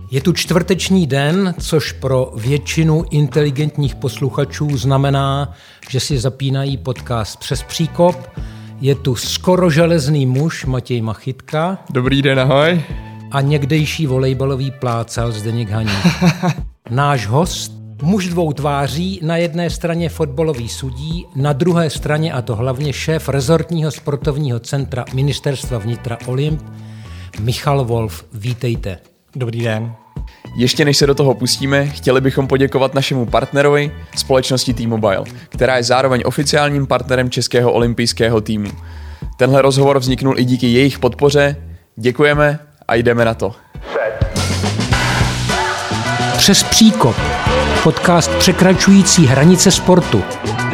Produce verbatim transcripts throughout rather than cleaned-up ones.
Je tu čtvrteční den, což pro většinu inteligentních posluchačů znamená, že si zapínají podcast Přes příkop. Je tu skoro železný muž Matěj Machytka. Dobrý den, ahoj. A někdejší volejbalový plácal Zdeněk Haník. Náš host, muž dvou tváří, na jedné straně fotbalový sudí, na druhé straně, a to hlavně šéf rezortního sportovního centra Ministerstva vnitra Olymp, Michal Wolf. Vítejte. Dobrý den. Ještě než se do toho pustíme, chtěli bychom poděkovat našemu partnerovi, společnosti T-Mobile, která je zároveň oficiálním partnerem českého olympijského týmu. Tenhle rozhovor vzniknul i díky jejich podpoře. Děkujeme a jdeme na to. Přes příkop. Podcast překračující hranice sportu.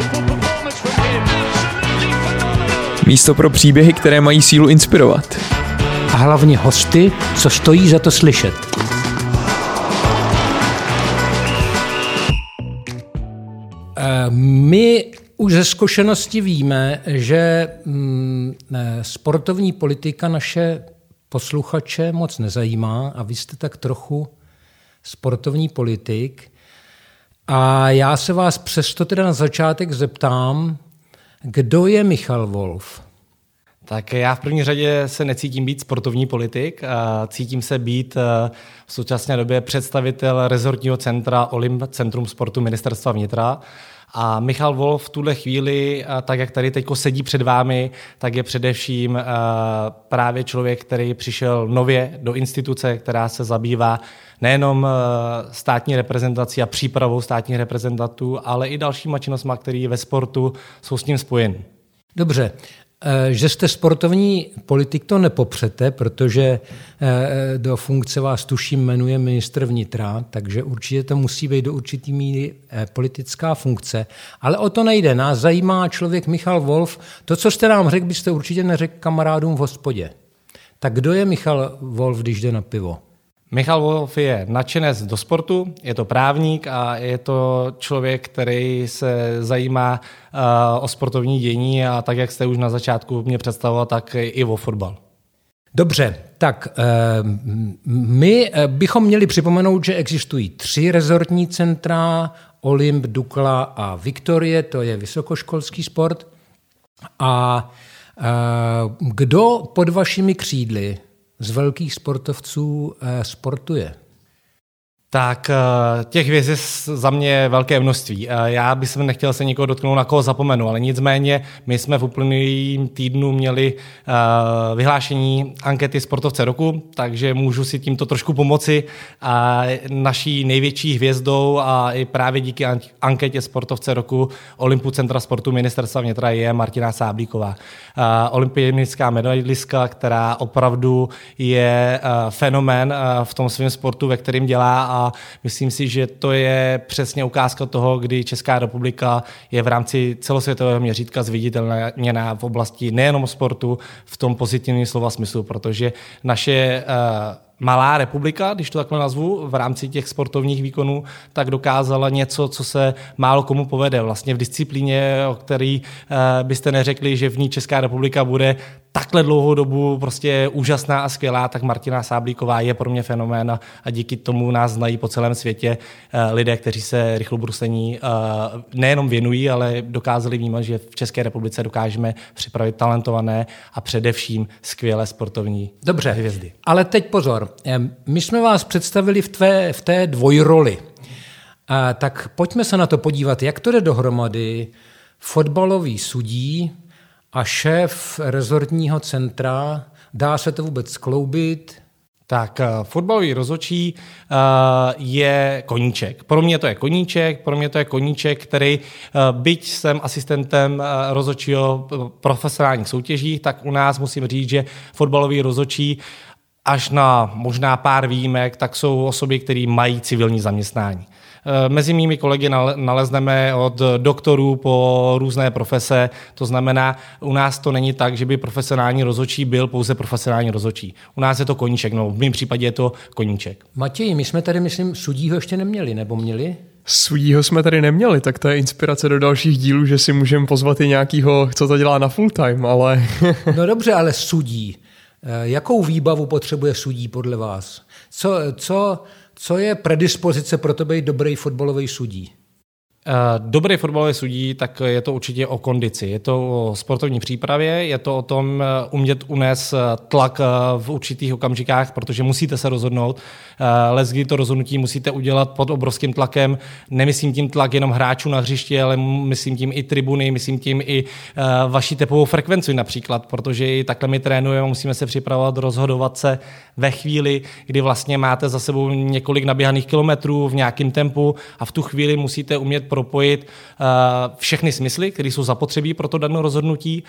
Místo pro příběhy, které mají sílu inspirovat. A hlavně hosty, co stojí za to slyšet. My už ze zkušenosti víme, že sportovní politika naše posluchače moc nezajímá a vy jste tak trochu sportovní politik. A já se vás přesto teda na začátek zeptám, kdo je Michal Wolf? Tak já v první řadě se necítím být sportovní politik, cítím se být v současné době představitel rezortního centra Olymp, Centrum sportu Ministerstva vnitra. A Michal Wolf v tuhle chvíli, tak jak tady teď sedí před vámi, tak je především právě člověk, který přišel nově do instituce, která se zabývá nejenom státní reprezentací a přípravou státních reprezentantů, ale i dalšíma činnostmi, které ve sportu jsou s ním spojeny. Dobře. Že jste sportovní politik, to nepopřete, protože do funkce vás tuším jmenuje ministr vnitra, takže určitě to musí být do určitý míry politická funkce. Ale o to nejde. Nás zajímá člověk Michal Wolf. To, co jste nám řekl, byste určitě neřekl kamarádům v hospodě. Tak kdo je Michal Wolf, když jde na pivo? Michal Wolf je nadšenec do sportu, je to právník a je to člověk, který se zajímá uh, o sportovní dění a tak, jak jste už na začátku mě představoval, tak i o fotbal. Dobře, tak my bychom měli připomenout, že existují tři rezortní centra, Olymp, Dukla a Viktorie, to je vysokoškolský sport. A kdo pod vašimi křídly z velkých sportovců sportuje? Tak těch věcí za mě velké množství. Já bych nechtěl se nikoho dotknout, na koho zapomenu, ale nicméně my jsme v uplynulým týdnu měli vyhlášení ankety sportovce roku, takže můžu si tímto trošku pomoci. A naší největší hvězdou a i právě díky anketě sportovce roku Olympu Centra sportu Ministerstva vnitra je Martina Sáblíková. Olympionická medailistka, která opravdu je fenomén v tom svém sportu, ve kterém dělá, a myslím si, že to je přesně ukázka toho, kdy Česká republika je v rámci celosvětového měřítka zviditelněná v oblasti nejenom sportu, v tom pozitivním slova smyslu, protože naše uh, malá republika, když to takhle nazvu, v rámci těch sportovních výkonů, tak dokázala něco, co se málo komu povede. Vlastně v disciplíně, o který uh, byste neřekli, že v ní Česká republika bude takhle dlouhou dobu prostě úžasná a skvělá, tak Martina Sáblíková je pro mě fenomén a, a díky tomu nás znají po celém světě uh, lidé, kteří se rychlobruslení uh, nejenom věnují, ale dokázali vnímat, že v České republice dokážeme připravit talentované a především skvělé sportovní Dobře, hvězdy. Ale teď pozor. My jsme vás představili v, tvé, v té dvojroli. A tak pojďme se na to podívat, jak to jde dohromady. Fotbalový sudí a šéf rezortního centra. Dá se to vůbec skloubit? Tak fotbalový rozhodčí uh, je koníček. Pro mě to je koníček, pro mě to je koníček, který, uh, byť jsem asistentem uh, rozhodčího profesionálních soutěží, tak u nás musím říct, že fotbalový rozhodčí až na možná pár výjimek, tak jsou osoby, které mají civilní zaměstnání. Mezi mými kolegy nalezneme od doktorů po různé profese, to znamená, u nás to není tak, že by profesionální rozhodčí byl pouze profesionální rozhodčí. U nás je to koníček, no v mém případě je to koníček. Matěj, my jsme tady, myslím, sudího ještě neměli, nebo měli? Sudího jsme tady neměli, tak to je inspirace do dalších dílů, že si můžeme pozvat i nějakýho, co to dělá na full time, ale... No dobře, ale sudí. Jakou výbavu potřebuje sudí podle vás? Co, co, co je predispozice pro to být dobrý fotbalový sudí? Dobrý fotbalový sudí, tak je to určitě o kondici. Je to o sportovní přípravě, je to o tom umět unést tlak v určitých okamžikách, protože musíte se rozhodnout. Leckdy to rozhodnutí musíte udělat pod obrovským tlakem. Nemyslím tím tlak jenom hráčů na hřišti, ale myslím tím i tribuny, myslím tím i vaši tepovou frekvenci například, protože i takhle my trénujeme, musíme se připravovat, rozhodovat se ve chvíli, kdy vlastně máte za sebou několik naběhaných kilometrů v nějakém tempu a v tu chvíli musíte umět propojit uh, všechny smysly, které jsou zapotřebí pro to dané rozhodnutí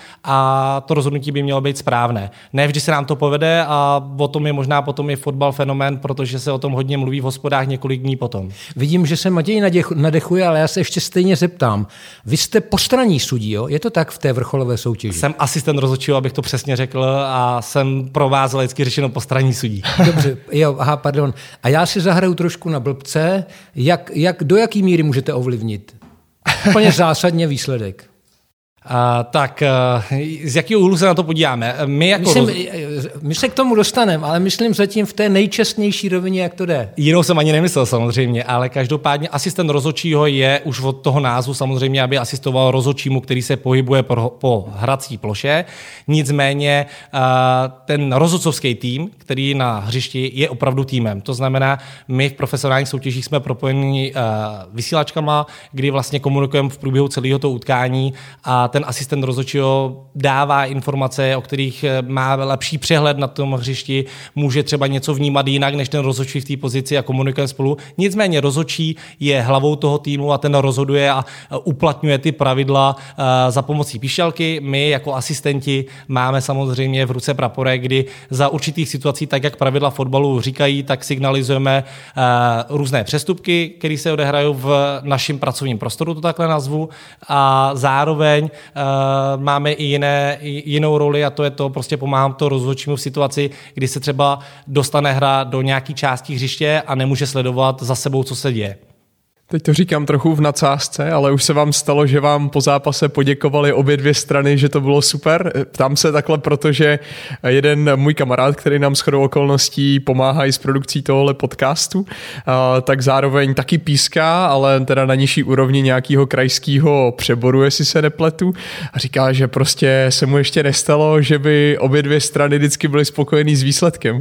a to rozhodnutí by mělo být správné. Ne vždy se nám to povede a o tom je možná potom i fotbal fenomén, protože se o tom hodně mluví v hospodách několik dní potom. Vidím, že se Matěj nadechuje, ale já se ještě stejně zeptám. Vy jste postranní sudí, jo? Je to tak v té vrcholové soutěži? Jsem asistent rozhodčího, abych to přesně řekl, a jsem pro vás lidsky řečeno postranní sudí. Dobře, jo, aha, pardon. A já si zahraju trošku na blbce. Jak, jak, do jaký míry můžete ovlivnit úplně zásadně výsledek? Uh, tak uh, z jakého úhlu se na to podíváme? My, jako myslím, roz... my se k tomu dostaneme, ale myslím zatím v té nejčestnější rovině, jak to jde. Jinou jsem ani nemyslel samozřejmě, ale každopádně asistent rozhodčího je už od toho názvu samozřejmě, aby asistoval rozhodčímu, který se pohybuje po, po hrací ploše. Nicméně uh, ten rozhodcovský tým, který na hřišti, je opravdu týmem. To znamená, my v profesionálních soutěžích jsme propojeni uh, vysílačkama, kdy vlastně komunikujeme v průběhu celého toho utkání a ten asistent rozhodčího dává informace, o kterých má lepší přehled na tom hřišti, může třeba něco vnímat jinak než ten rozhodčí v té pozici a komunikuje spolu. Nicméně rozhodčí je hlavou toho týmu a ten rozhoduje a uplatňuje ty pravidla za pomocí píšťalky. My jako asistenti máme samozřejmě v ruce praporek, kdy za určitých situací, tak jak pravidla fotbalu říkají, tak signalizujeme různé přestupky, které se odehrají v našem pracovním prostoru, to takhle nazvu, a zároveň Uh, máme i jiné, i jinou roli a to je to, prostě pomáhám to rozhodčímu v situaci, kdy se třeba dostane hra do nějaký části hřiště a nemůže sledovat za sebou, co se děje. Teď to říkám trochu v nadsázce, ale už se vám stalo, že vám po zápase poděkovali obě dvě strany, že to bylo super. Ptám se takhle, protože jeden můj kamarád, který nám shodou okolností pomáhá i s produkcí tohohle podcastu, tak zároveň taky píská, ale teda na nižší úrovni nějakého krajského přeboru, jestli se nepletu. A říká, že prostě se mu ještě nestalo, že by obě dvě strany vždycky byly spokojený s výsledkem.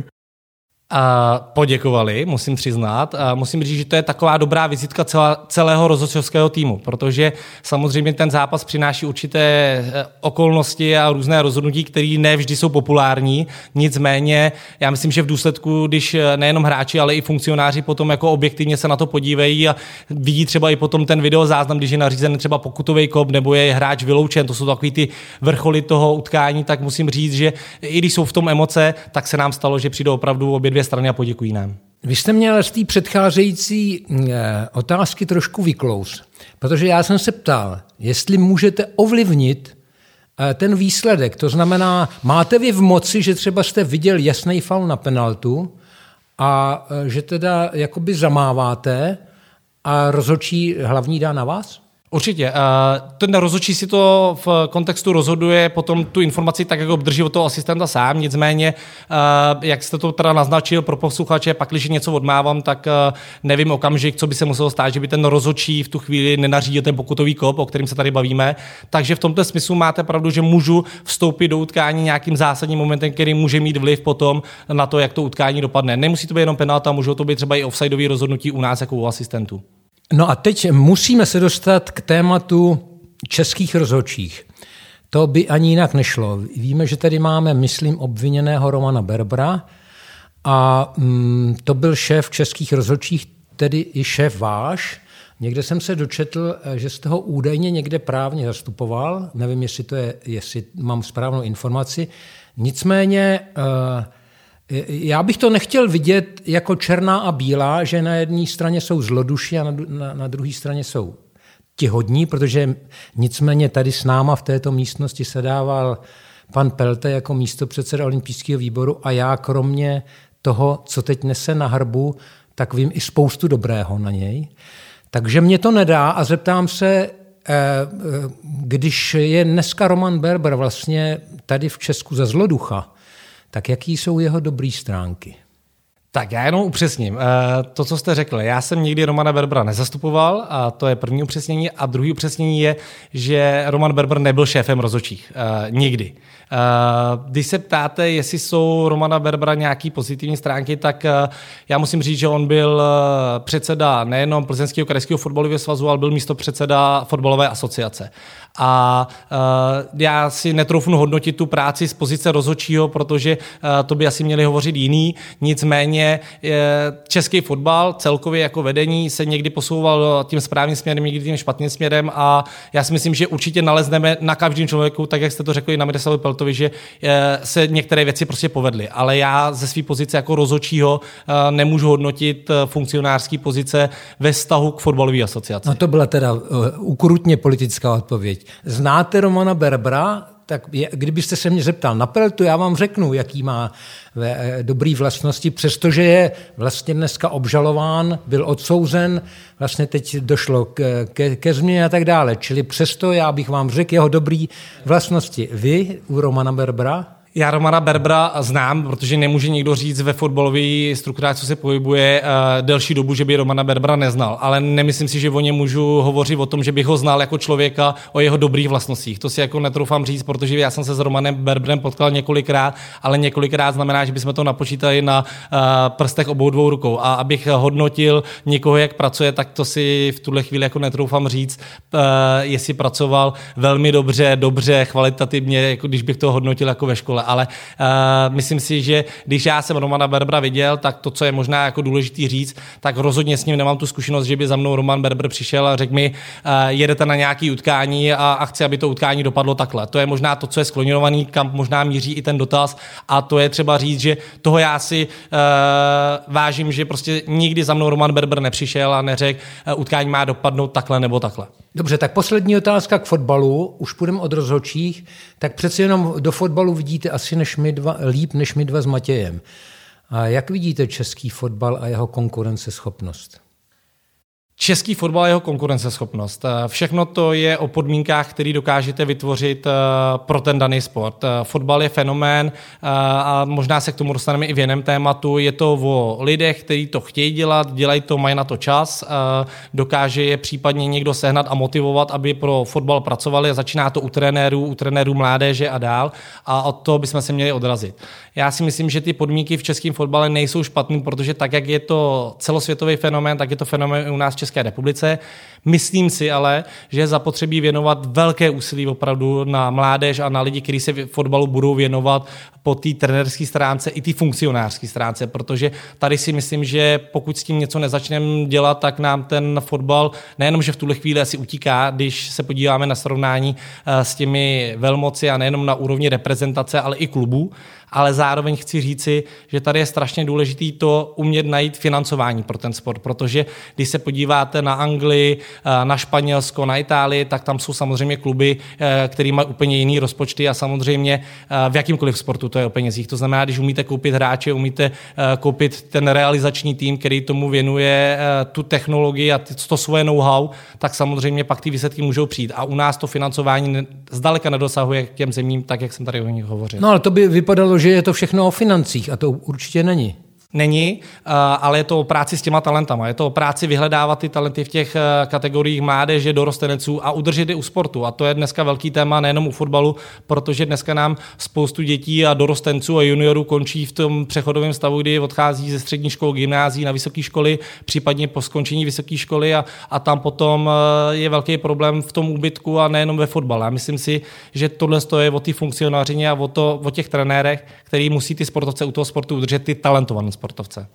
A poděkovali, musím přiznat. A musím říct, že to je taková dobrá vizitka celá, celého rozhodčovského týmu, protože samozřejmě ten zápas přináší určité okolnosti a různé rozhodnutí, které ne vždy jsou populární. Nicméně já myslím, že v důsledku, když nejenom hráči, ale i funkcionáři potom jako objektivně se na to podívají a vidí třeba i potom ten videozáznam, když je nařízen třeba pokutový kop nebo je hráč vyloučen, to jsou takový ty vrcholy toho utkání, tak musím říct, že i když jsou v tom emoce, tak se nám stalo, že přijdou opravdu obě dvě strany a poděkují nám. Vy jste měl z té předcházející otázky trošku vyklous, protože já jsem se ptal, jestli můžete ovlivnit ten výsledek. To znamená, máte vy v moci, že třeba jste viděl jasný faul na penaltu a že teda jakoby zamáváte a rozhodčí hlavní dá na vás? Určitě. Ten rozhodčí si to v kontextu rozhoduje potom tu informaci tak, jak obdrží od toho asistenta sám. Nicméně, jak jste to teda naznačil pro posluchače, pak, když něco odmávám, tak nevím okamžik, co by se muselo stát, že by ten rozhodčí v tu chvíli nenařídil ten pokutový kop, o kterém se tady bavíme. Takže v tomto smyslu máte pravdu, že můžu vstoupit do utkání nějakým zásadním momentem, který může mít vliv potom na to, jak to utkání dopadne. Nemusí to být jenom penalta, můžou to být třeba i offsideový rozhodnutí u nás jako u asistentů. No a teď musíme se dostat k tématu českých rozhodčích. To by ani jinak nešlo. Víme, že tady máme, myslím, obviněného Romana Berbera a mm, to byl šéf českých rozhodčích, tedy i šéf váš. Někde jsem se dočetl, že jste ho údajně někde právně zastupoval. Nevím, jestli to je, jestli mám správnou informaci. Nicméně uh, já bych to nechtěl vidět jako černá a bílá, že na jedné straně jsou zloduši a na, na, na druhé straně jsou ti hodní, protože nicméně tady s náma v této místnosti sedával pan Pelte jako místopředseda olympijského výboru a já kromě toho, co teď nese na hrbu, tak vím i spoustu dobrého na něj. Takže mě to nedá a zeptám se, když je dneska Roman Berber vlastně tady v Česku za zloducha, tak jaký jsou jeho dobré stránky? Tak já jenom upřesním. To, co jste řekl, já jsem nikdy Romana Berbera nezastupoval, a to je první upřesnění. A druhý upřesnění je, že Roman Berber nebyl šéfem rozhodčích. Nikdy. Když se ptáte, jestli jsou Romana Berbera nějaké pozitivní stránky, tak já musím říct, že on byl předseda nejenom Plzeňského krajského fotbalového svazu, ale byl místopředseda fotbalové asociace. A já si netroufnu hodnotit tu práci z pozice rozhodčího, protože to by asi měli hovořit jiný. Nicméně český fotbal celkově jako vedení se někdy posouval tím správným směrem, někdy tím špatným směrem a já si myslím, že určitě nalezneme na každém člověku, tak jak jste to řekli na Miroslavu Peltovi, že se některé věci prostě povedly. Ale já ze své pozice jako rozhodčího nemůžu hodnotit funkcionářský pozice ve vztahu k fotbalové asociaci. No to byla teda ukrutně politická odpověď. Znáte Romana Berbera? Tak kdybyste se mě zeptal na Peltu, já vám řeknu, jaký má dobrý vlastnosti, přestože je vlastně dneska obžalován, byl odsouzen, vlastně teď došlo ke, ke, ke změně a tak dále. Čili přesto já bych vám řekl jeho dobrý vlastnosti. Vy u Romana Berbera? Já Romana Berbera znám, protože nemůže nikdo říct ve fotbalové struktuře, co se pohybuje uh, delší dobu, že by Romana Berbera neznal. Ale nemyslím si, že o něm můžu hovořit o tom, že bych ho znal jako člověka o jeho dobrých vlastnostích. To si jako netroufám říct, protože já jsem se s Romanem Berberem potkal několikrát, ale několikrát znamená, že bychom to napočítali na uh, prstech obou dvou rukou. A abych hodnotil někoho, jak pracuje, tak to si v tuhle chvíli jako netroufám říct, uh, jestli pracoval velmi dobře, dobře, kvalitativně, jako když bych to hodnotil jako ve škole. Ale uh, myslím si, že když já jsem Romana Berbera viděl, tak to, co je možná jako důležitý říct, tak rozhodně s ním nemám tu zkušenost, že by za mnou Roman Berber přišel a řekl mi, uh, jedete na nějaké utkání a, a chci, aby to utkání dopadlo takhle. To je možná to, co je skloňovaný, kam možná míří i ten dotaz a to je třeba říct, že toho já si uh, vážím, že prostě nikdy za mnou Roman Berber nepřišel a neřekl, uh, utkání má dopadnout takhle nebo takhle. Dobře, tak poslední otázka k fotbalu, už půjdeme od rozhodčích, tak přeci jenom do fotbalu vidíte asi než my dva, líp než my dva s Matějem. A jak vidíte český fotbal a jeho konkurenceschopnost? Český fotbal a jeho konkurenceschopnost. Všechno to je o podmínkách, které dokážete vytvořit pro ten daný sport. Fotbal je fenomén a možná se k tomu dostaneme i v jiném tématu. Je to o lidech, kteří to chtějí dělat, dělají to, mají na to čas, dokáže je případně někdo sehnat a motivovat, aby pro fotbal pracovali. Začíná to u trenérů, u trenérů mládeže a dál a od toho bychom se měli odrazit. Já si myslím, že ty podmínky v českém fotbale nejsou špatný, protože tak, jak je to celosvětový fenomén, tak je to fenomén u nás v České republice. Myslím si ale, že je zapotřebí věnovat velké úsilí opravdu na mládež a na lidi, kteří se fotbalu budou věnovat po té trenérské stránce i té funkcionářské stránce, protože tady si myslím, že pokud s tím něco nezačneme dělat, tak nám ten fotbal nejenom, že v tuhle chvíli asi utíká, když se podíváme na srovnání s těmi velmoci a nejenom na úrovni reprezentace, ale i klubů, ale zároveň chci říci, že tady je strašně důležitý to umět najít financování pro ten sport, protože když se podíváte na Anglii, na Španělsko, na Itálii, tak tam jsou samozřejmě kluby, které mají úplně jiný rozpočty a samozřejmě v jakýmkoliv sportu to je o penězích. To znamená, když umíte koupit hráče, umíte koupit ten realizační tým, který tomu věnuje tu technologii a to svoje know-how, tak samozřejmě pak ty výsledky můžou přijít. A u nás to financování zdaleka nedosahuje k těm zemím, tak jak jsem tady o nich hovořil. No ale to by vypadalo, že je to všechno o financích a to určitě není. Není, ale je to o práci s těma talentama. Je to o práci vyhledávat ty talenty v těch kategoriích mládeže, dorosteneců a udržet je u sportu. A to je dneska velký téma nejenom u fotbalu, protože dneska nám spoustu dětí a dorostenců a juniorů končí v tom přechodovém stavu, kdy odchází ze střední škol, gymnázií na vysoké školy, případně po skončení vysoké školy a, a tam potom je velký problém v tom úbytku a nejenom ve fotbale. Já myslím si, že tohle je o té funkcionářině a o, to, o těch trenérech, který musí ty sportovce u toho sportu udržet, ty talentované sportovce.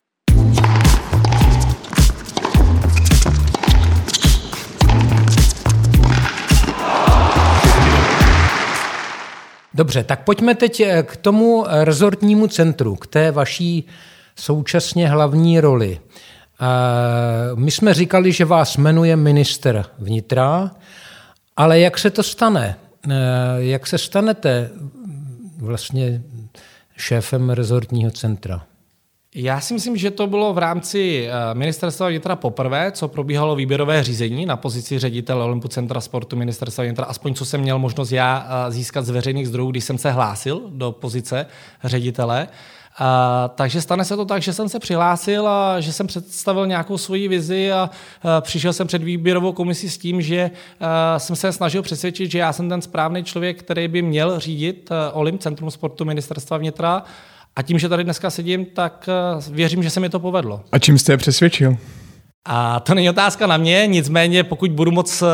Dobře, tak pojďme teď k tomu rezortnímu centru, k té vaší současně hlavní roli. My jsme říkali, že vás jmenuje ministr vnitra, ale jak se to stane? Jak se stanete vlastně šéfem rezortního centra? Já si myslím, že to bylo v rámci ministerstva vnitra poprvé, co probíhalo výběrové řízení na pozici ředitele Olympu Centra sportu ministerstva vnitra, aspoň co jsem měl možnost já získat z veřejných zdrojů, když jsem se hlásil do pozice ředitele. A, takže stane se to tak, že jsem se přihlásil a že jsem představil nějakou svoji vizi a, a přišel jsem před výběrovou komisi s tím, že a, jsem se snažil přesvědčit, že já jsem ten správný člověk, který by měl řídit Olymp, Centrum sportu Ministerstva vnitra. A tím, že tady dneska sedím, tak věřím, že se mi to povedlo. A čím jste je přesvědčil? A to není otázka na mě, nicméně pokud budu moc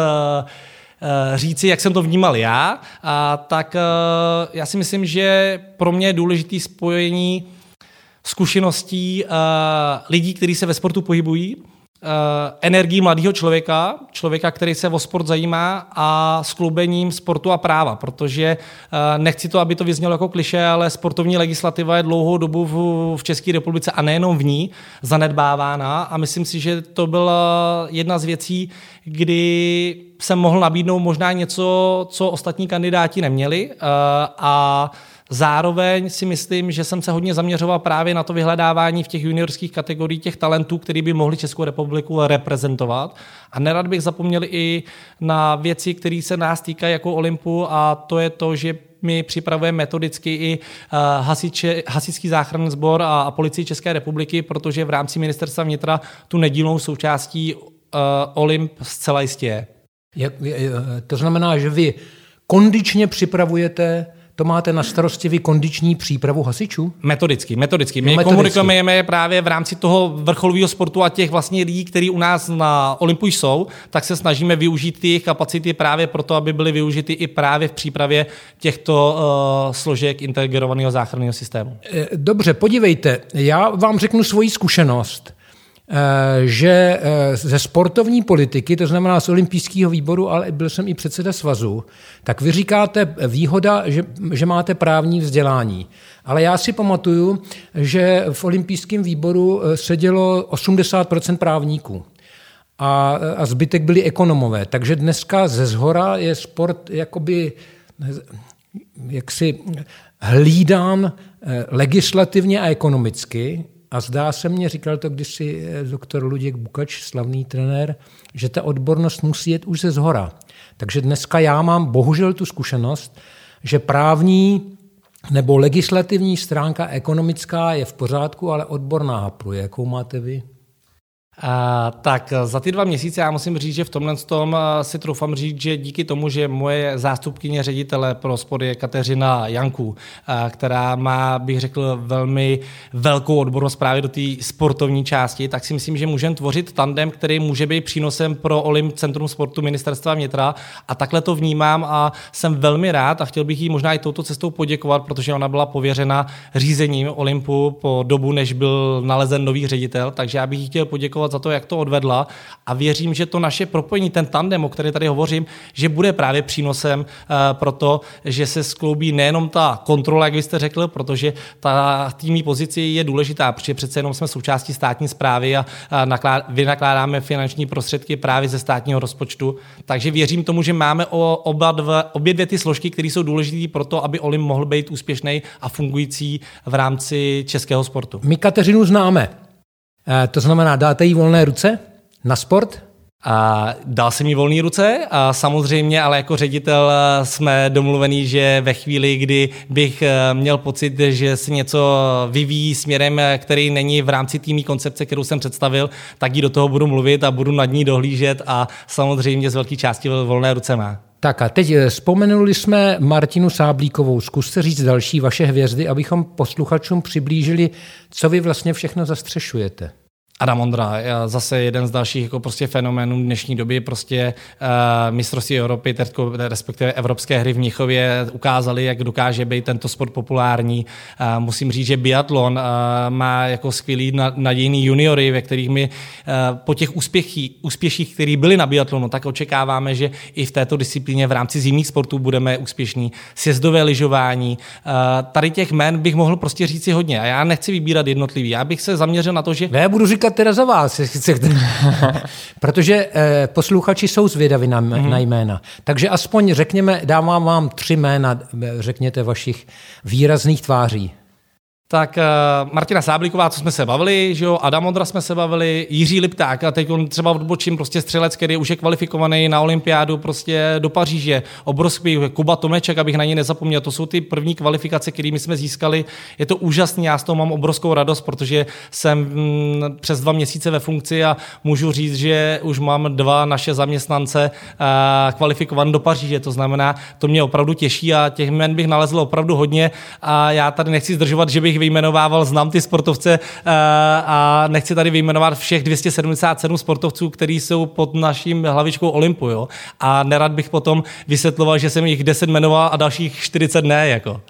říci, jak jsem to vnímal já, a tak já si myslím, že pro mě je důležité spojení zkušeností lidí, kteří se ve sportu pohybují, energií mladého člověka, člověka, který se o sport zajímá a skloubením sportu a práva, protože nechci to, aby to vyznělo jako klišé, ale sportovní legislativa je dlouhou dobu v České republice a nejenom v ní zanedbávána a myslím si, že to byla jedna z věcí, kdy jsem mohl nabídnout možná něco, co ostatní kandidáti neměli a zároveň si myslím, že jsem se hodně zaměřoval právě na to vyhledávání v těch juniorských kategoriích těch talentů, který by mohli Českou republiku reprezentovat. A nerad bych zapomněl i na věci, které se nás týkají jako Olympu a to je to, že my připravujeme metodicky i hasiče, hasičský záchranný sbor a, a policii České republiky, protože v rámci Ministerstva vnitra tu nedílnou součástí uh, Olymp zcela jistě je. Jak, to znamená, že vy kondičně připravujete, to máte na starosti vy kondiční přípravu hasičů? Metodicky, metodicky. My no, komunikujeme právě v rámci toho vrcholového sportu a těch vlastně lidí, kteří u nás na Olympu jsou, tak se snažíme využít ty kapacity právě proto, aby byly využity i právě v přípravě těchto uh, složek integrovaného záchranného systému. Dobře, podívejte, já vám řeknu svoji zkušenost, že ze sportovní politiky, to znamená z olympijského výboru, ale byl jsem i předseda svazu, tak vy říkáte výhoda, že, že máte právní vzdělání. Ale já si pamatuju, že v olympijském výboru sedělo osmdesát procent právníků a, a zbytek byli ekonomové. Takže dneska ze zhora je sport jakoby jaksi hlídán legislativně a ekonomicky. A zdá se mně, říkal to kdysi doktor Luděk Bukač, slavný trenér, že ta odbornost musí jet už ze zhora. Takže dneska já mám bohužel tu zkušenost, že právní nebo legislativní stránka ekonomická je v pořádku, ale odborná hapruje. Jakou máte vy? A, tak za ty dva měsíce já musím říct, že v tomhle tom si troufám říct, že díky tomu, že moje zástupkyně ředitele pro sport je Kateřina Janků, a, která má, bych řekl, velmi velkou odbornost právě do té sportovní části, tak si myslím, že můžeme tvořit tandem, který může být přínosem pro Olymp Centrum sportu Ministerstva vnitra a takhle to vnímám a jsem velmi rád a chtěl bych jí možná i touto cestou poděkovat, protože ona byla pověřena řízením Olympu po dobu, než byl nalezen nový ředitel, takže já bych jí chtěl poděkovat za to, jak to odvedla a věřím, že to naše propojení, ten tandem, o který tady hovořím, že bude právě přínosem uh, pro to, že se skloubí nejenom ta kontrola, jak vy jste řekl, protože ta týmní pozici je důležitá, protože přece jenom jsme součástí státní správy a, a naklád, vynakládáme finanční prostředky právě ze státního rozpočtu, takže věřím tomu, že máme o, oba dva, obě dvě ty složky, které jsou důležité pro to, aby Olymp mohl být úspěšný a fungující v rámci českého sportu. My Kateřinu známe. To znamená, dáte jí volné ruce na sport? A dal jsem jí volné ruce a samozřejmě, ale jako ředitel jsme domluvení, že ve chvíli, kdy bych měl pocit, že se něco vyvíjí směrem, který není v rámci týmní koncepce, kterou jsem představil, tak jí do toho budu mluvit a budu nad ní dohlížet a samozřejmě z velké části volné ruce má. Tak a teď vzpomenuli jsme Martinu Sáblíkovou. Zkuste říct další vaše hvězdy, abychom posluchačům přiblížili, co vy vlastně všechno zastřešujete. Adam Ondra, zase jeden z dalších jako prostě fenoménů dnešní doby, prostě uh, mistrovství Evropy, respektive evropské hry v Mnichově ukázaly, jak dokáže být tento sport populární. Uh, musím říct, že biatlon uh, má jako skvělý nadějný juniory, ve kterých my uh, po těch úspěchích, úspěších, které byly na biatlonu, tak očekáváme, že i v této disciplíně v rámci zimních sportů budeme úspěšní. Sjezdové lyžování. Uh, tady těch jmen bych mohl prostě říci hodně a já nechci vybírat jednotlivý. Já bych se zaměřil na to, že... Já budu říkat teda za vás, protože eh, posluchači jsou zvědaví na, mm-hmm. na jména. Takže aspoň řekněme, dávám vám tři jména, řekněte vašich výrazných tváří. Tak uh, Martina Sáblíková, co jsme se bavili, že jo, Adam Modra jsme se bavili, Jiří Lipták, a teď on třeba odbočím prostě střelec, který už je kvalifikovaný na olympiádu prostě do Paříže, obrovský Kuba Tomeček, abych na něj nezapomněl, to jsou ty první kvalifikace, kterými jsme získali, je to úžasný, já z toho mám obrovskou radost, protože jsem mm, přes dva měsíce ve funkci a můžu říct, že už mám dva naše zaměstnance uh, kvalifikované do Paříže, to znamená, to mě opravdu těší a těch jmen bych nalezl opravdu hodně a já tady nechci zdržovat, že bych vyjmenovával, znám ty sportovce a nechci tady vyjmenovat všech dvě stě sedmdesát sedm sportovců, kteří jsou pod naším hlavičkou Olympu, jo? A nerad bych potom vysvětloval, že jsem jich deset jmenoval a dalších čtyřicet ne, jako.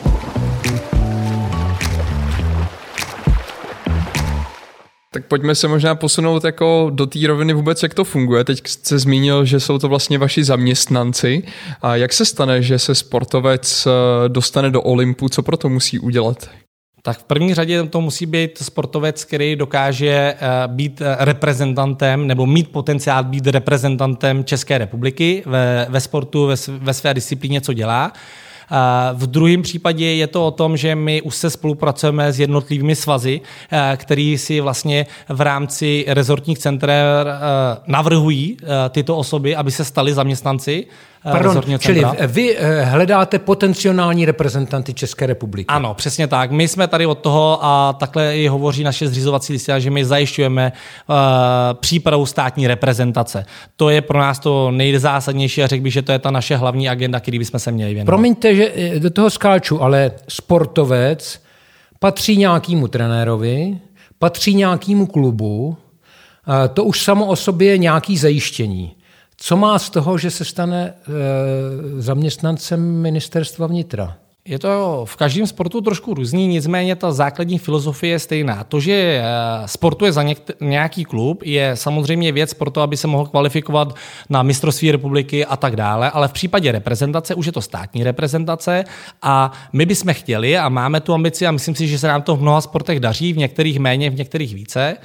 Tak pojďme se možná posunout jako do té roviny vůbec, jak to funguje. Teď jste zmínil, že jsou to vlastně vaši zaměstnanci. A jak se stane, že se sportovec dostane do Olympu? Co pro to musí udělat? Tak v první řadě to musí být sportovec, který dokáže být reprezentantem nebo mít potenciál být reprezentantem České republiky ve, ve sportu, ve, ve své disciplíně, co dělá. V druhém případě je to o tom, že my už se spolupracujeme s jednotlivými svazy, který si vlastně v rámci rezortních center navrhují tyto osoby, aby se staly zaměstnanci. Pardon, čili vy hledáte potenciální reprezentanty České republiky. Ano, přesně tak. My jsme tady od toho a takhle i hovoří naše zřizovací listina, že my zajišťujeme uh, přípravu státní reprezentace. To je pro nás to nejzásadnější a řekl bych, že to je ta naše hlavní agenda, který bychom se měli věnovat. Promiňte, že do toho skáču, ale sportovec patří nějakému trenérovi, patří nějakému klubu, uh, to už samo o sobě je nějaký zajištění. Co má z toho, že se stane e, zaměstnancem ministerstva vnitra? Je to v každém sportu trošku různý, nicméně ta základní filozofie je stejná. To, že sportuje za nějaký klub, je samozřejmě věc pro to, aby se mohl kvalifikovat na mistrovství republiky a tak dále, ale v případě reprezentace už je to státní reprezentace a my bychom chtěli a máme tu ambici a myslím si, že se nám to v mnoha sportech daří, v některých méně, v některých více,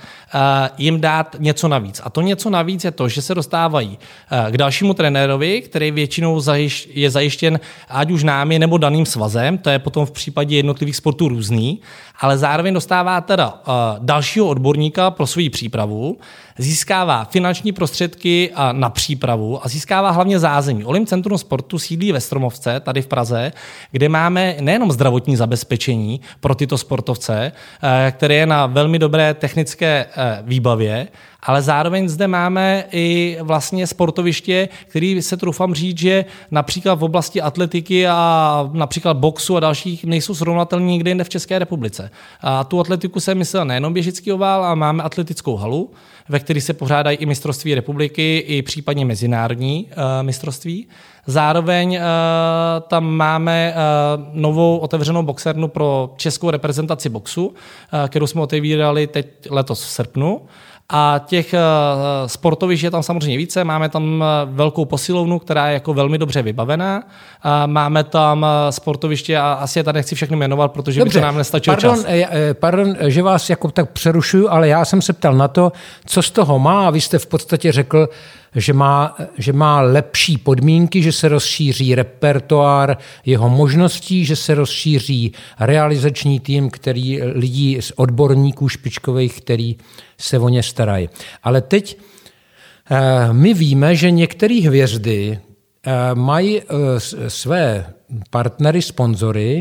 jim dát něco navíc. A to něco navíc je to, že se dostávají k dalšímu trenérovi, který většinou je zajištěn ať už námi nebo daným svazem. To je potom v případě jednotlivých sportů různý, ale zároveň dostává teda uh, dalšího odborníka pro svou přípravu, získává finanční prostředky uh, na přípravu a získává hlavně zázemí. Olympcentrum sportu sídlí ve Stromovce, tady v Praze, kde máme nejenom zdravotní zabezpečení pro tyto sportovce, uh, které je na velmi dobré technické uh, výbavě, ale zároveň zde máme i vlastně sportoviště, který se troufám říct, že například v oblasti atletiky a například boxu a dalších nejsou srovnatelní nikde jinde v České republice. A tu atletiku se myslel nejenom běžický ovál, ale máme atletickou halu, ve které se pořádají i mistrovství republiky, i případně mezinárodní uh, mistrovství. Zároveň uh, tam máme uh, novou otevřenou boxernu pro českou reprezentaci boxu, uh, kterou jsme otevírali teď letos v srpnu. A těch uh, sportovišť je tam samozřejmě více. Máme tam uh, velkou posilovnu, která je jako velmi dobře vybavená. Uh, máme tam uh, sportoviště a asi je tady nechci všechny jmenovat, protože dobře, by to nám nestačil pardon, čas. Eh, pardon, že vás jako tak přerušuju, ale já jsem se ptal na to, co z toho má. A vy jste v podstatě řekl, že má, že má lepší podmínky, že se rozšíří repertoár jeho možností, že se rozšíří realizační tým, který lidí z odborníků špičkových, který se o ně starají. Ale teď eh, my víme, že některé hvězdy eh, mají eh, své partnery, sponzory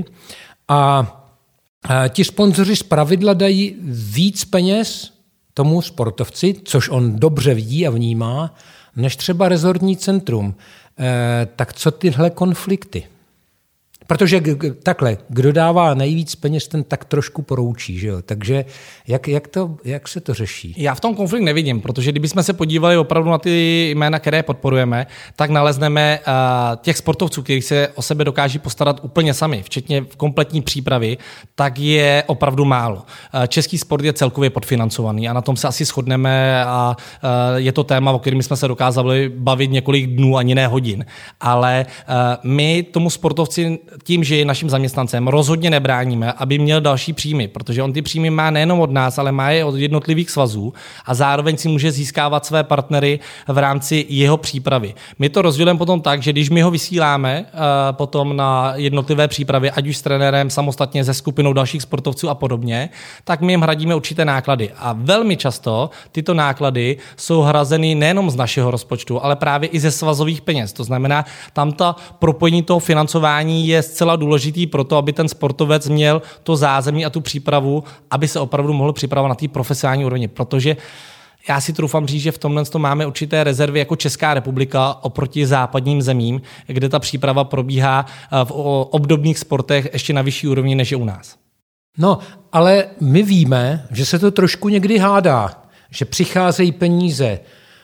a eh, ti sponzoři zpravidla dají víc peněz tomu sportovci, což on dobře vidí a vnímá, než třeba rezortní centrum. Eh, tak co tyhle konflikty? Protože takhle, kdo dává nejvíc peněz, ten tak trošku poroučí. Že jo? Takže jak, jak, to, jak se to řeší? Já v tom konflikt nevidím, protože kdybychom se podívali opravdu na ty jména, které podporujeme, tak nalezneme uh, těch sportovců, kteří se o sebe dokáží postarat úplně sami, včetně v kompletní přípravy, tak je opravdu málo. Uh, český sport je celkově podfinancovaný a na tom se asi shodneme a uh, je to téma, o kterém jsme se dokázali bavit několik dnů, ani ne hodin. Ale uh, my tomu sportovci tím, že je naším zaměstnancem, rozhodně nebráníme, aby měl další příjmy, protože on ty příjmy má nejenom od nás, ale má je od jednotlivých svazů a zároveň si může získávat své partnery v rámci jeho přípravy. My to rozdělujeme potom tak, že když my ho vysíláme uh, potom na jednotlivé přípravy, ať už s trenérem, samostatně se skupinou dalších sportovců a podobně, tak my jim hradíme určité náklady. A velmi často tyto náklady jsou hrazeny nejenom z našeho rozpočtu, ale právě i ze svazových peněz. To znamená, tam ta propojení toho financování je zcela důležitý pro to, aby ten sportovec měl to zázemí a tu přípravu, aby se opravdu mohl připravovat na té profesionální úrovni, protože já si troufám říct, že v tomhle máme určité rezervy jako Česká republika oproti západním zemím, kde ta příprava probíhá v obdobných sportech ještě na vyšší úrovni, než je u nás. No, ale my víme, že se to trošku někdy hádá, že přicházejí peníze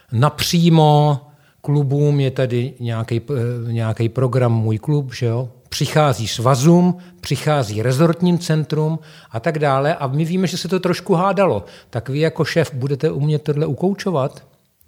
napřímo klubům, je tady nějaký, nějaký program Můj klub, že jo? Přichází svazům, přichází rezortním centrum a tak dále a my víme, že se to trošku hádalo. Tak vy jako šéf budete umět tohle ukoučovat?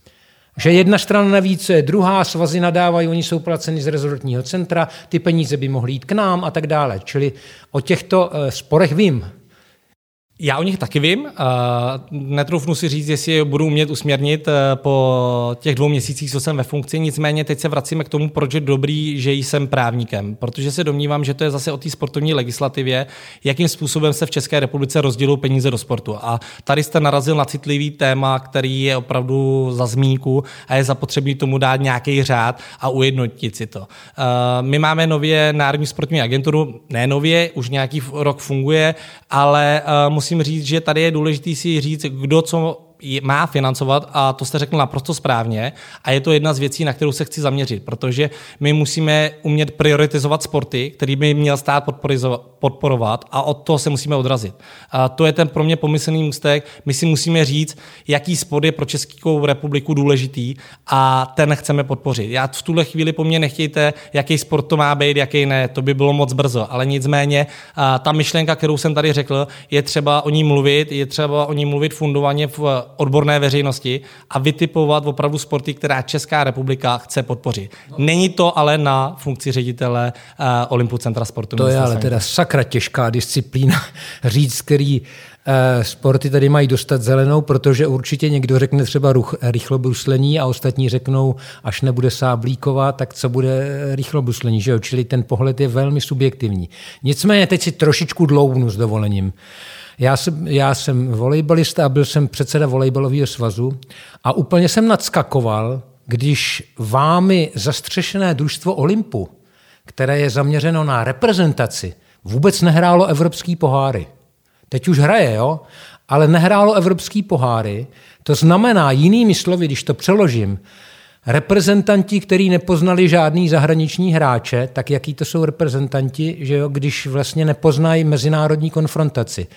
Že jedna strana navíc, druhá, svazy nadávají, oni jsou placeni z rezortního centra, ty peníze by mohly jít k nám a tak dále. Čili o těchto sporech vím. Já o nich taky vím. Netroufnu si říct, jestli je budu umět usměrnit po těch dvou měsících, co jsem ve funkci. Nicméně teď se vracíme k tomu, proč je dobrý, že jsem právníkem. Protože se domnívám, že to je zase o té sportovní legislativě, jakým způsobem se v České republice rozdělují peníze do sportu. A tady jste narazil na citlivý téma, který je opravdu za zmínku a je zapotřebí tomu dát nějaký řád a ujednotit si to. My máme nově Národní sportovní agenturu, ne nově, už nějaký rok funguje, ale musím říct, že tady je důležité si říct, kdo co má financovat a to jste řekl naprosto správně a je to jedna z věcí, na kterou se chci zaměřit, protože my musíme umět prioritizovat sporty, který by měl stát podporovat a od toho se musíme odrazit. A to je ten pro mě pomyslný můstek. My si musíme říct, jaký sport je pro Českou republiku důležitý a ten chceme podpořit. Já v tuhle chvíli po mně nechtějte, jaký sport to má být, jaký ne, to by bylo moc brzo, ale nicméně ta myšlenka, kterou jsem tady řekl, je třeba o ní mluvit, je třeba o ní mluvit fundovaně v odborné veřejnosti a vytipovat opravdu sporty, která Česká republika chce podpořit. Není to ale na funkci ředitele uh, Olympu Centra sportu. To je ale teda sakra těžká disciplína říct, který uh, sporty tady mají dostat zelenou, protože určitě někdo řekne třeba ruch, rychlobruslení a ostatní řeknou, až nebude sáblíková, tak co bude rychlobruslení, že jo? Čili ten pohled je velmi subjektivní. Nicméně teď si trošičku dloubnu s dovolením. Já jsem, já jsem volejbalista a byl jsem předseda volejbalového svazu a úplně jsem nadskakoval, když vámi zastřešené družstvo Olympu, které je zaměřeno na reprezentaci, vůbec nehrálo evropský poháry. Teď už hraje, jo? Ale nehrálo evropský poháry. To znamená, jinými slovy, když to přeložím, reprezentanti, kteří nepoznali žádný zahraniční hráče, tak jaký to jsou reprezentanti, že jo, když vlastně nepoznají mezinárodní konfrontaci.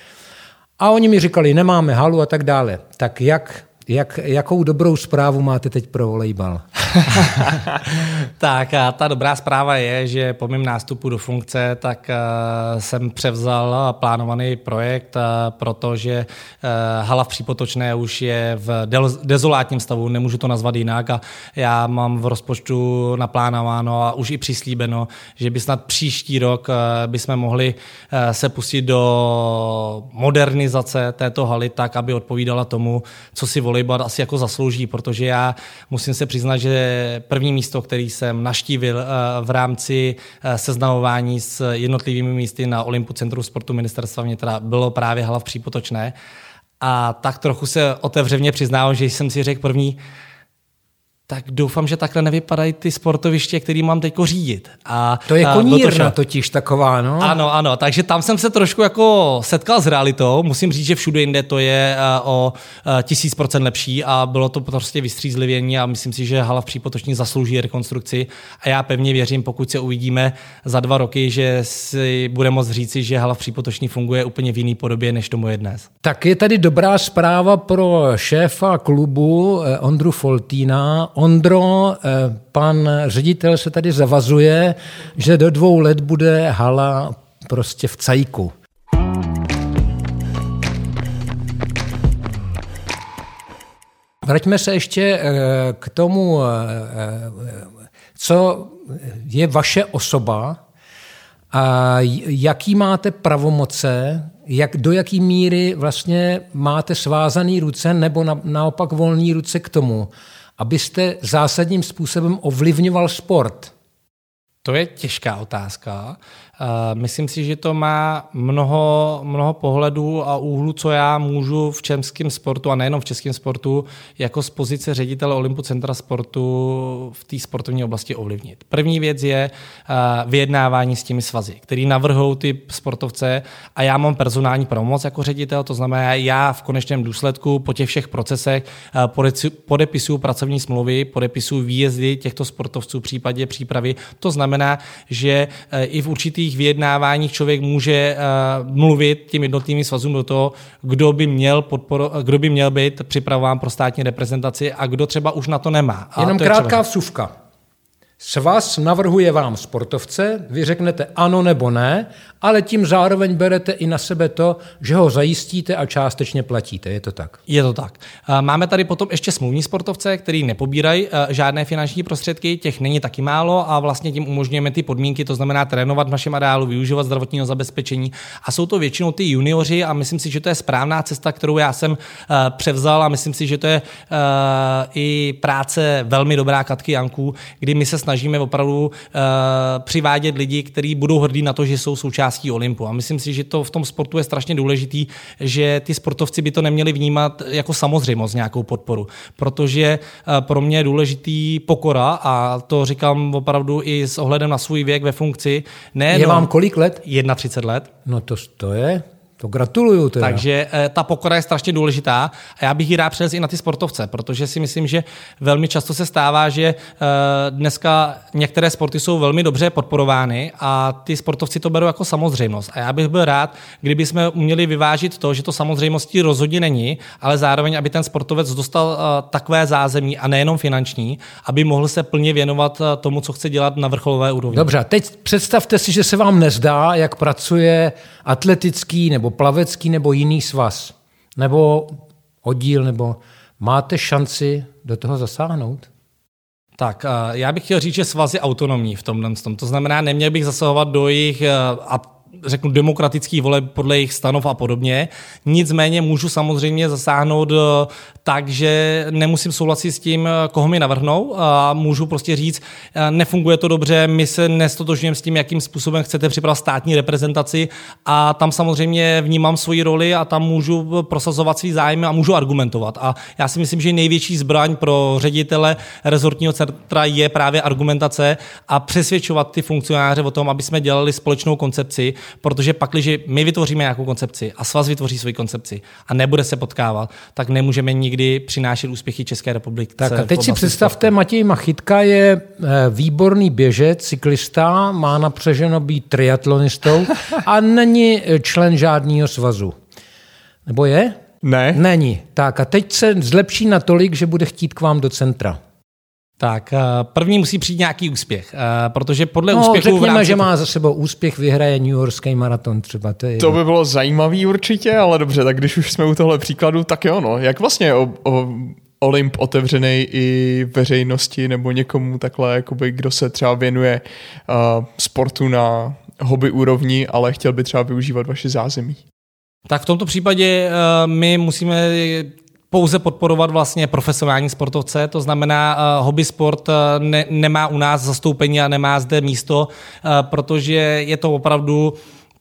A oni mi říkali, nemáme halu a tak dále. Tak jak, jak, jakou dobrou zprávu máte teď pro volejbal? Tak a ta dobrá zpráva je, že po mém nástupu do funkce tak uh, jsem převzal plánovaný projekt, uh, protože uh, hala v Přípotočné už je v de- dezolátním stavu, nemůžu to nazvat jinak a já mám v rozpočtu naplánováno a už i přislíbeno, že by snad příští rok uh, bychom mohli uh, se pustit do modernizace této haly tak, aby odpovídala tomu, co si volejbal asi jako zaslouží, protože já musím se přiznat, že první místo, který jsem navštívil v rámci seznamování s jednotlivými místy na Olympu Centru sportu Ministerstva vnitra, bylo právě hala v Přípotočné. A tak trochu se otevřeně přiznám, že jsem si řekl první, tak doufám, že takhle nevypadají ty sportoviště, který mám teďko řídit. A to je konírna totiž taková, no? Ano, ano, takže tam jsem se trošku jako setkal s realitou. Musím říct, že všude jinde to je o tisíc procent lepší a bylo to prostě vystřízlivění a myslím si, že hala v Přípotoční zaslouží rekonstrukci a já pevně věřím, pokud se uvidíme za dva roky, že si bude moct říci, že hala v Přípotoční funguje úplně v jiný podobě, než tomu je dnes. Tak je tady dobrá zpráva pro šéfa klubu Ondru Foltýna. Ondro, pan ředitel se tady zavazuje, že do dvou let bude hala prostě v cajku. Vraťme se ještě k tomu, co je vaše osoba A jaký máte pravomoce, jak, do jaký míry vlastně máte svázaný ruce nebo na, naopak volný ruce k tomu, abyste zásadním způsobem ovlivňoval sport? To je těžká otázka. Myslím si, že to má mnoho, mnoho pohledů a úhlů, co já můžu v českém sportu a nejenom v českém sportu jako z pozice ředitele Olympu Centra sportu v té sportovní oblasti ovlivnit. První věc je vyjednávání s těmi svazy, který navrhou ty sportovce a já mám personální pravomoc jako ředitel, to znamená, já v konečném důsledku po těch všech procesech podepisuju pracovní smlouvy, podepisuju výjezdy těchto sportovců v případě přípravy. To znamená, že i v určitých vyjednáváních člověk může uh, mluvit těm jednotlivým svazům do toho, kdo by měl podporo, kdo by měl být připravován pro státní reprezentaci a kdo třeba už na to nemá. A Jenom to krátká třeba... vsuvka. Svaz navrhuje vám sportovce, vy řeknete ano nebo ne, ale tím zároveň berete i na sebe to, že ho zajistíte a částečně platíte. Je to tak? Je to tak. Máme tady potom ještě smluvní sportovce, který nepobírají žádné finanční prostředky, těch není taky málo a vlastně tím umožňujeme ty podmínky, to znamená trénovat v našem areálu, využívat zdravotního zabezpečení a jsou to většinou ty junioři a myslím si, že to je správná cesta, kterou já jsem převzal a myslím si, že to je i práce velmi dobrá Katky Janků, kdy my se snažíme opravdu přivádět lidi, kteří budou hrdí na to, že jsou součástí Olympu. A myslím si, že to v tom sportu je strašně důležitý, že ty sportovci by to neměli vnímat jako samozřejmost nějakou podporu, protože pro mě je důležitý pokora a to říkám opravdu i s ohledem na svůj věk ve funkci. Ne, je no, vám kolik let? třicet jedna let. No to, to je... To gratuluju teda. Takže ta pokora je strašně důležitá a já bych ji rád přenesl i na ty sportovce, protože si myslím, že velmi často se stává, že dneska některé sporty jsou velmi dobře podporovány a ty sportovci to berou jako samozřejmost. A já bych byl rád, kdyby jsme uměli vyvážit to, že to samozřejmostí rozhodně není, ale zároveň, aby ten sportovec dostal takové zázemí a nejenom finanční, aby mohl se plně věnovat tomu, co chce dělat na vrcholové úrovni. Dobře, teď představte si, že se vám nezdá, jak pracuje atletický nebo plavecký nebo jiný svaz, nebo oddíl, nebo máte šanci do toho zasáhnout? Tak, já bych chtěl říct, že svaz je autonomní v tomhle. To znamená, neměl bych zasahovat do jejich a řeknu demokratický voleb podle jejich stanov a podobně. Nicméně můžu samozřejmě zasáhnout tak, že nemusím souhlasit s tím, koho mi navrhnou a můžu prostě říct, nefunguje to dobře, my se nestotožňujeme s tím, jakým způsobem chcete připravit státní reprezentaci a tam samozřejmě vnímám svoji roli a tam můžu prosazovat svý zájmy a můžu argumentovat. A já si myslím, že největší zbraň pro ředitele rezortního centra je právě argumentace a přesvědčovat ty funkcionáře o tom, aby jsme dělali společnou koncepci, protože pakliže my vytvoříme nějakou koncepci a svaz vytvoří svoji koncepci a nebude se potkávat, tak nemůžeme nikdy přinášet úspěchy České republiky. Tak a teď si představte, sportu. Matěj Machytka je výborný běžec, cyklista, má napřeženo být triatlonistou a není člen žádného svazu. Nebo je? Ne. Není. Tak a teď se zlepší natolik, že bude chtít k vám do centra. Tak první musí přijít nějaký úspěch, protože podle no, úspěchu... řekněme, v rámci... že má za sebou úspěch, vyhraje New Yorkský maraton třeba. To, je to by bylo zajímavý určitě, ale dobře, tak když už jsme u tohle příkladu, tak jo, no. Jak vlastně o, o Olymp otevřený i veřejnosti nebo někomu takhle, jakoby, kdo se třeba věnuje uh, sportu na hobby úrovni, ale chtěl by třeba využívat vaše zázemí? Tak v tomto případě uh, my musíme pouze podporovat vlastně profesionální sportovce, to znamená uh, hobby sport uh, ne, nemá u nás zastoupení a nemá zde místo, uh, protože je to opravdu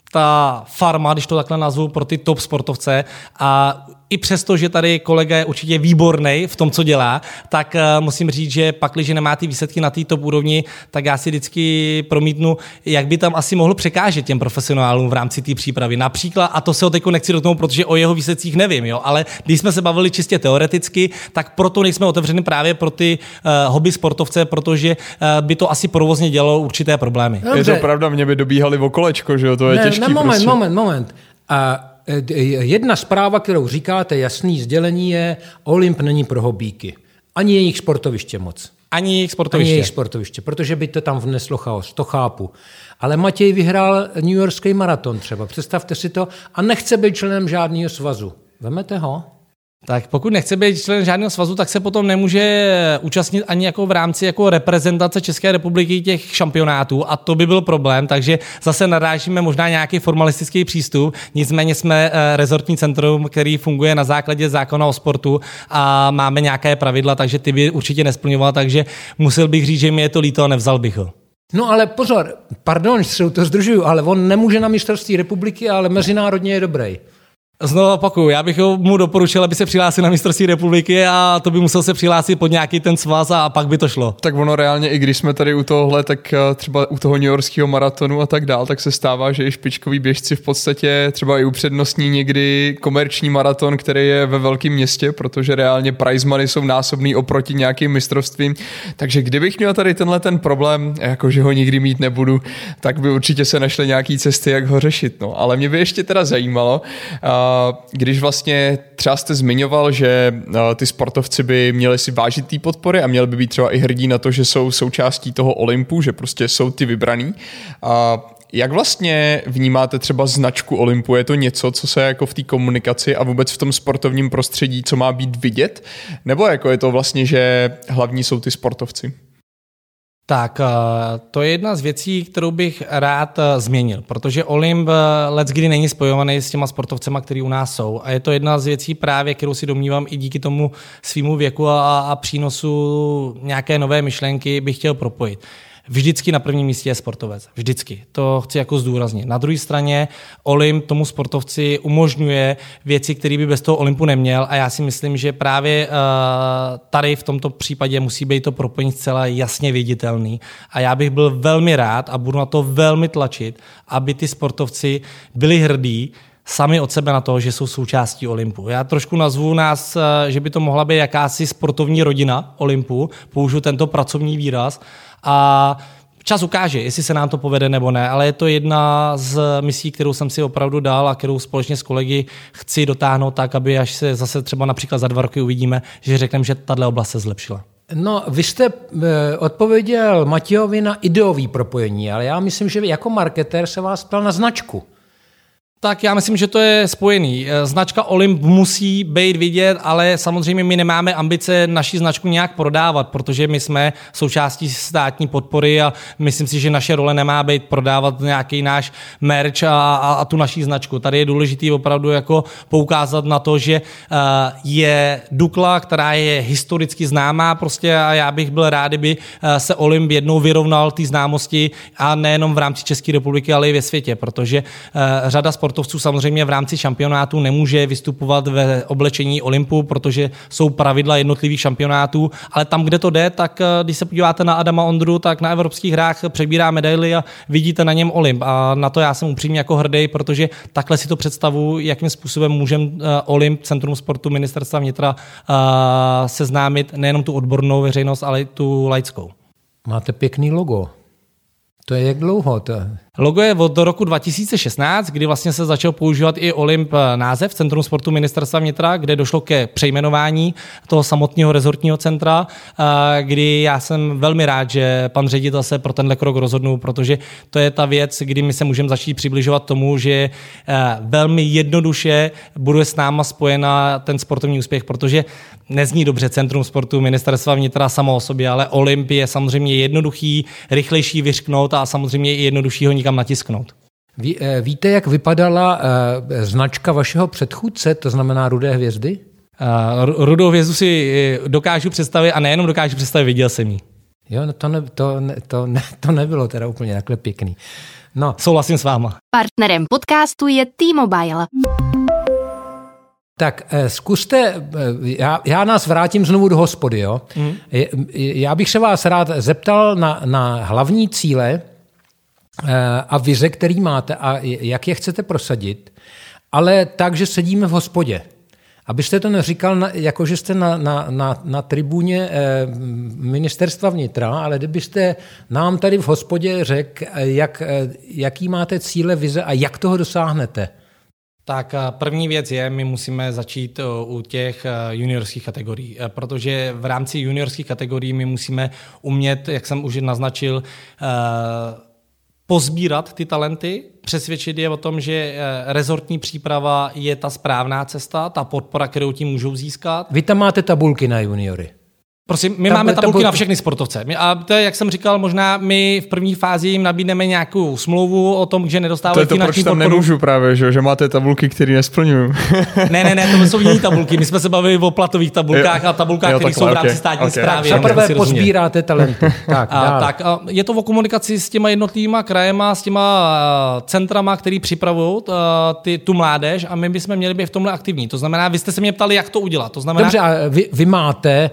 ta farma, když to takhle nazvu, pro ty top sportovce a i přesto, že tady kolega je určitě výborný v tom, co dělá, tak uh, musím říct, že pak, když nemá ty výsledky na té top úrovni, tak já si vždycky promítnu, jak by tam asi mohl překážet těm profesionálům v rámci té přípravy. Například, a to se ho teď nechci dotknout, protože o jeho výsledcích nevím, jo, ale když jsme se bavili čistě teoreticky, tak proto nejsme otevřeni právě pro ty uh, hobby sportovce, protože uh, by to asi provozně dělalo určité problémy. Dobře. Je to pravda, mě by dobíhali o kolečko, že jo, to je ne, těžký. Ne, moment, prostě. moment, moment. A jedna zpráva, kterou říkáte, jasný sdělení je, Olymp není pro hobíky. Ani jejich sportoviště moc. Ani jejich sportoviště. Ani jejich sportoviště, protože by to tam vneslo chaos, to chápu. Ale Matěj vyhrál New Yorkský maraton třeba, představte si to, a nechce být členem žádného svazu. Vemete ho? Tak pokud nechce být člen žádného svazu, tak se potom nemůže účastnit ani jako v rámci jako reprezentace České republiky těch šampionátů a to by byl problém, takže zase narážíme možná nějaký formalistický přístup, nicméně jsme rezortní centrum, který funguje na základě zákona o sportu a máme nějaké pravidla, takže ty by určitě nesplňoval, takže musel bych říct, že mi je to líto a nevzal bych ho. No ale pozor, pardon, že se to zdržuju, ale on nemůže na mistrovství republiky, ale mezinárodně je dobrý. Znovu opakuju, já bych mu doporučil, aby se přihlásil na mistrovství republiky a to by musel se přihlásit pod nějaký ten svaz a pak by to šlo. Tak ono reálně, i když jsme tady u tohohle, tak třeba u toho newyorského maratonu a tak dál, tak se stává, že i špičkoví běžci v podstatě třeba i upřednostní někdy komerční maraton, který je ve velkém městě, protože reálně prize money jsou násobný oproti nějakým mistrovstvím. Takže kdybych měl tady tenhle ten problém, jakože ho nikdy mít nebudu, tak by určitě se našly nějaký cesty, jak ho řešit. No. Ale mě by ještě teda zajímalo, když vlastně třeba jste zmiňoval, že ty sportovci by měli si vážit té podpory a měli by být třeba i hrdí na to, že jsou součástí toho Olympu, že prostě jsou ty vybraný. A jak vlastně vnímáte třeba značku Olympu? Je to něco, co se jako v té komunikaci a vůbec v tom sportovním prostředí, co má být vidět? Nebo jako je to vlastně, že hlavní jsou ty sportovci? Tak to je jedna z věcí, kterou bych rád změnil, protože Olymp leckdy není spojovaný s těma sportovcema, který u nás jsou. A je to jedna z věcí právě, kterou si domnívám i díky tomu svýmu věku a, a přínosu nějaké nové myšlenky bych chtěl propojit. Vždycky na prvním místě je sportovec. Vždycky. To chci jako zdůraznit. Na druhé straně Olymp tomu sportovci umožňuje věci, které by bez toho Olympu neměl a já si myslím, že právě uh, tady v tomto případě musí být to propojení zcela jasně viditelný a já bych byl velmi rád a budu na to velmi tlačit, aby ty sportovci byli hrdí sami od sebe na to, že jsou součástí Olympu. Já trošku nazvu nás, že by to mohla být jakási sportovní rodina Olympu, použiju tento pracovní výraz a čas ukáže, jestli se nám to povede nebo ne, ale je to jedna z misí, kterou jsem si opravdu dal a kterou společně s kolegy chci dotáhnout tak, aby až se zase třeba například za dva roky uvidíme, že řekneme, že tato oblast se zlepšila. No, vy jste odpověděl Matějovi na ideový propojení, ale já myslím, že jako marketér se vás ptal na značku. Tak já myslím, že to je spojený. Značka Olymp musí být vidět, ale samozřejmě my nemáme ambice naši značku nějak prodávat, protože my jsme součástí státní podpory a myslím si, že naše role nemá být prodávat nějaký náš merch a, a, a tu naší značku. Tady je důležitý opravdu jako poukázat na to, že uh, je Dukla, která je historicky známá prostě a já bych byl rád, kdyby uh, se Olymp jednou vyrovnal té známosti a nejenom v rámci České republiky, ale i ve světě, protože uh, řada sportovců samozřejmě v rámci šampionátu nemůže vystupovat ve oblečení Olympu, protože jsou pravidla jednotlivých šampionátů, ale tam, kde to jde, tak když se podíváte na Adama Ondru, tak na evropských hrách přebírá medaily a vidíte na něm Olymp. A na to já jsem upřímně jako hrdý, protože takhle si to představuji, jakým způsobem můžeme Olymp, Centrum sportu Ministerstva vnitra, seznámit nejenom tu odbornou veřejnost, ale i tu laickou. Máte pěkný logo. To je jak dlouho? To... Logo je od do roku dva tisíce šestnáct, kdy vlastně se začal používat i Olymp název Centrum sportu Ministerstva vnitra, kde došlo ke přejmenování toho samotného rezortního centra, kdy já jsem velmi rád, že pan ředitel se pro tenhle krok rozhodnul, protože to je ta věc, kdy my se můžeme začít přibližovat tomu, že velmi jednoduše bude s náma spojena ten sportovní úspěch, protože nezní dobře Centrum sportu Ministerstva vnitra samo o sobě, ale Olymp je samozřejmě jednoduchý, rychlejší vyřknout a samozřejmě i jednodušší ho nikam natisknout. Ví, víte, jak vypadala uh, značka vašeho předchůdce, to znamená Rudé hvězdy? Uh, Rudou hvězdu si dokážu představit a nejenom dokážu představit, viděl jsem ji. Jo, no to, ne, to, ne, to, ne, to nebylo teda úplně takhle pěkný. No. Souhlasím s váma. Partnerem podcastu je T-Mobile. Tak zkuste, já, já nás vrátím znovu do hospody. Jo? Mm. Já bych se vás rád zeptal na, na hlavní cíle a vize, který máte a jak je chcete prosadit, ale tak, že sedíme v hospodě. Abyste to neříkal, jako že jste na, na, na, na tribuně Ministerstva vnitra, ale kdybyste nám tady v hospodě řekl, jak, jaký máte cíle, vize a jak toho dosáhnete. Tak první věc je, my musíme začít u těch juniorských kategorií, protože v rámci juniorských kategorií my musíme umět, jak jsem už naznačil, pozbírat ty talenty, přesvědčit je o tom, že rezortní příprava je ta správná cesta, ta podpora, kterou tím můžou získat. Vy tam máte tabulky na juniory. Prosím, my Tab- máme tabulky tabul... na všechny sportovce. My, a to je, jak jsem říkal, možná my v první fázi jim nabídneme nějakou smlouvu o tom, že nedostávají finanční podporu. To je to, proč tam nemůžu právě, že, že máte tabulky, které nesplňují. ne, ne, ne, to jsou jiné tabulky. My jsme se bavili o platových tabulkách jo. a tabulkách, které jsou v rámci okay. státní okay. správy. Za prvé pozbíráte talenty. tak, a, tak a je to o komunikaci s těma jednotlivýma krajema, s těma centrama, který připravují ty, tu mládež a my bychom měli být v tomhle aktivní. To znamená, vy jste se mě ptali, jak to udělat. To znamená, dobře, a vy, vy máte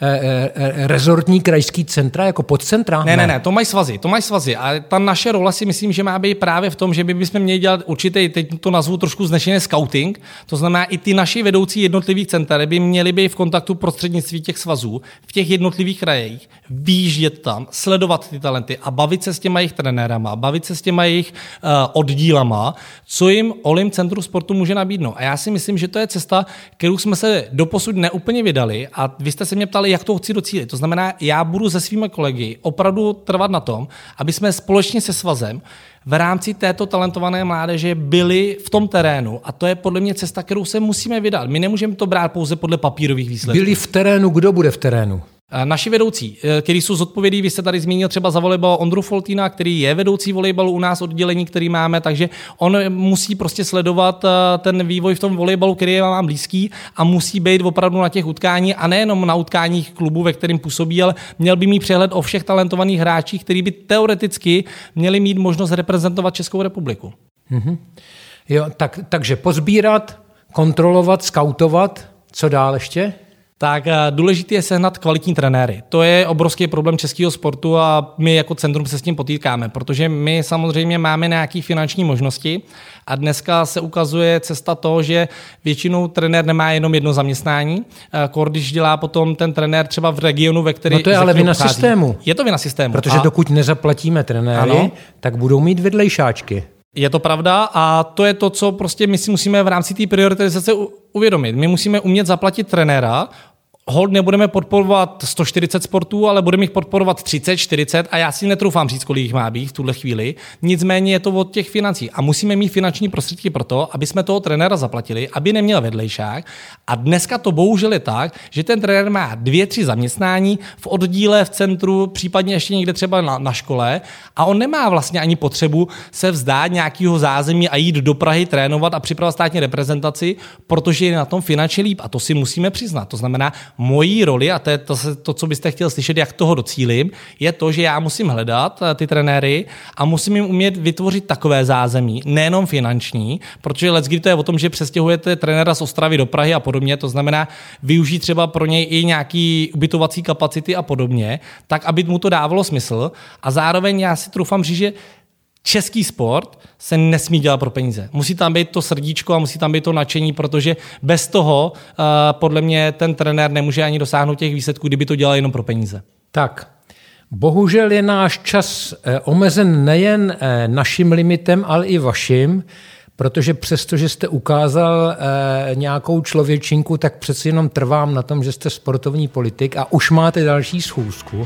rezortní krajský centra jako podcentra? Ne, ne, ne, to mají svazy, to mají svazy. A ta naše role si myslím, že má být právě v tom, že my bychom měli dělat určitý, teď to nazvu trošku znešeně scouting, to znamená i ty naši vedoucí jednotlivých center by měli být v kontaktu prostřednictví těch svazů v těch jednotlivých krajích, výjíždět tam, sledovat ty talenty a bavit se s těma jejich trenérama, bavit se s těma jejich uh, oddílama, co jim Olim Centru sportu může nabídnout. A já si myslím, že to je cesta, kterou jsme se doposud neúplně vydali a vy jste se mě ptali, jak to chci docílit. To znamená, já budu se svými kolegy opravdu trvat na tom, aby jsme společně se svazem v rámci této talentované mládeže byli v tom terénu. A to je podle mě cesta, kterou se musíme vydat. My nemůžeme to brát pouze podle papírových výsledků. Byli v terénu, kdo bude v terénu? Naši vedoucí, kteří jsou zodpovědní, vy jste tady zmínil třeba za volejbal Ondru Foltína, který je vedoucí volejbalu u nás oddělení, který máme, takže on musí prostě sledovat ten vývoj v tom volejbalu, který je vám blízký a musí být opravdu na těch utkání a nejenom na utkáních klubu, ve kterém působí, ale měl by mít přehled o všech talentovaných hráčích, kteří by teoreticky měli mít možnost reprezentovat Českou republiku. Mm-hmm. Jo, tak, takže pozbírat, kontrolovat, skautovat, co dál ještě? Tak důležité je sehnat kvalitní trenéry. To je obrovský problém českého sportu a my jako centrum se s tím potýkáme, protože my samozřejmě máme nějaké finanční možnosti a dneska se ukazuje cesta to, že většinou trenér nemá jenom jedno zaměstnání, když dělá potom ten trenér třeba v regionu, ve který... No to je ale vina systému. Je to vina systému. Protože a... dokud nezaplatíme trenéry, ano, tak budou mít vedlejšáčky. Je to pravda a to je to, co prostě my si musíme v rámci té prioritizace uvědomit. My musíme umět zaplatit trenéra, hold nebudeme podporovat sto čtyřicet sportů, ale budeme jich podporovat třicet, čtyřicet a já si netroufám říct, kolik jich má být v tuhle chvíli. Nicméně je to od těch financí a musíme mít finanční prostředky pro to, aby jsme toho trenéra zaplatili, aby neměl vedlejšák. A dneska to bohužel je tak, že ten trenér má dvě, tři zaměstnání v oddíle, v centru, případně ještě někde třeba na, na škole a on nemá vlastně ani potřebu se vzdát nějakého zázemí a jít do Prahy trénovat a připravovat státní reprezentaci, protože je na tom finančně líp a to si musíme přiznat. To znamená, mojí roli, a to je to, to, co byste chtěl slyšet, jak toho docílím, je to, že já musím hledat ty trenéry a musím jim umět vytvořit takové zázemí, nejenom finanční, protože leckdy to je o tom, že přestěhujete trenéra z Ostravy do Prahy a podobně, to znamená využít třeba pro něj i nějaký ubytovací kapacity a podobně, tak aby mu to dávalo smysl a zároveň já si troufám říct, že český sport se nesmí dělat pro peníze. Musí tam být to srdíčko a musí tam být to nadšení, protože bez toho uh, podle mě ten trenér nemůže ani dosáhnout těch výsledků, kdyby to dělal jenom pro peníze. Tak, bohužel je náš čas eh, omezen nejen eh, naším limitem, ale i vaším, protože přesto, že jste ukázal eh, nějakou člověčinku, tak přeci jenom trvám na tom, že jste sportovní politik a už máte další schůzku.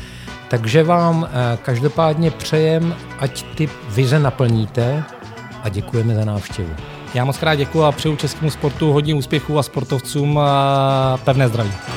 Takže vám každopádně přejem, ať ty vize naplníte a děkujeme za návštěvu. Já moc krát děkuji a přeju českému sportu hodně úspěchů a sportovcům pevné zdraví.